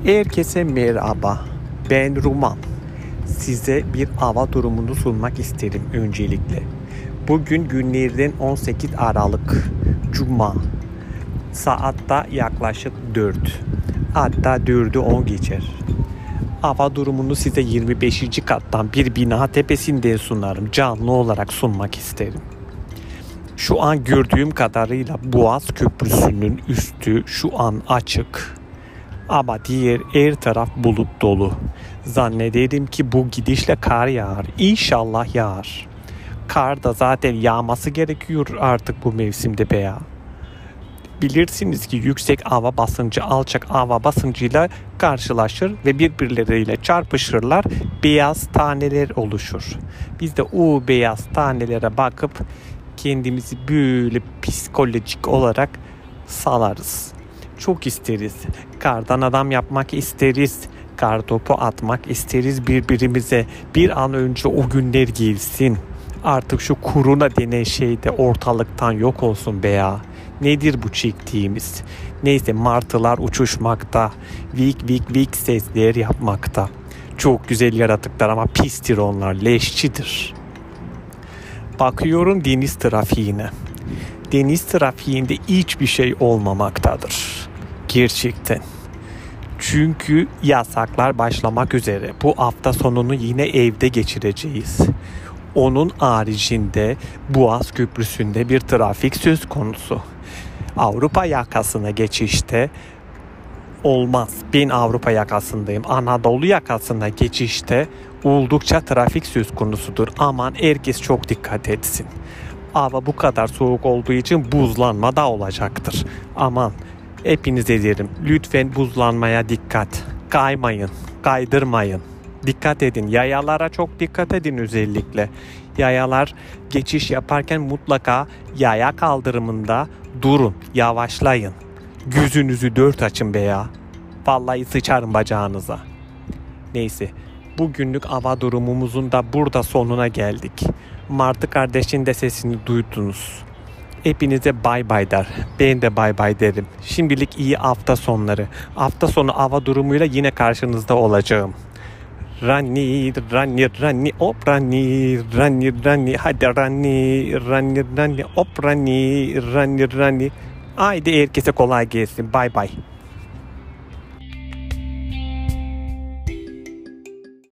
Herkese merhaba. Ben Ruman. Size bir hava durumunu sunmak isterim öncelikle. Bugün günlerden 18 Aralık Cuma. Saatte yaklaşık 4. Hatta 4'ü 10 geçer. Hava durumunu size 25. kattan bir bina tepesinden sunarım. Canlı olarak sunmak isterim. Şu an gördüğüm kadarıyla Boğaz Köprüsü'nün üstü şu an açık. Ama diğer her taraf bulut dolu. Zannederim ki bu gidişle kar yağar. İnşallah yağar. Kar da zaten yağması gerekiyor artık bu mevsimde be ya. Bilirsiniz ki yüksek hava basıncı alçak hava basıncıyla karşılaşır ve birbirleriyle çarpışırlar. Beyaz taneler oluşur. Biz de o beyaz tanelere bakıp kendimizi böyle psikolojik olarak salarız. Çok isteriz. Kardan adam yapmak isteriz. Kar topu atmak isteriz birbirimize. Bir an önce o günler gelsin. Artık şu korona denen şey de ortalıktan yok olsun be ya. Nedir bu çektiğimiz? Neyse, martılar uçuşmakta. Vik vik vik sesler yapmakta. Çok güzel yaratıklar ama pistir onlar, leşçidir. Bakıyorum deniz trafiğine. Deniz trafiğinde hiçbir şey olmamaktadır. Gerçekten. Çünkü yasaklar başlamak üzere. Bu hafta sonunu yine evde geçireceğiz. Onun haricinde Boğaz Köprüsü'nde bir trafik söz konusu. Avrupa yakasına geçişte olmaz. Ben Avrupa yakasındayım. Anadolu yakasına geçişte oldukça trafik söz konusudur. Aman herkes çok dikkat etsin. Hava bu kadar soğuk olduğu için buzlanma da olacaktır. Aman hepinize derim, lütfen buzlanmaya dikkat. Kaymayın, kaydırmayın. Dikkat edin. Yayalara çok dikkat edin özellikle. Yayalar geçiş yaparken mutlaka yaya kaldırımında durun, yavaşlayın. Gözünüzü dört açın be ya. Vallahi sıçarım bacağınıza. Neyse, bugünlük hava durumumuzun da burada sonuna geldik. Martı kardeşin de sesini duydunuz. Hepinize bay bay der. Ben de bay bay derim. Şimdilik iyi hafta sonları. Hafta sonu hava durumuyla yine karşınızda olacağım. Rani, rani, rani, hop rani, rani, rani, hadi rani, rani, rani, hop rani, rani, rani. Haydi herkese kolay gelsin. Bay bay.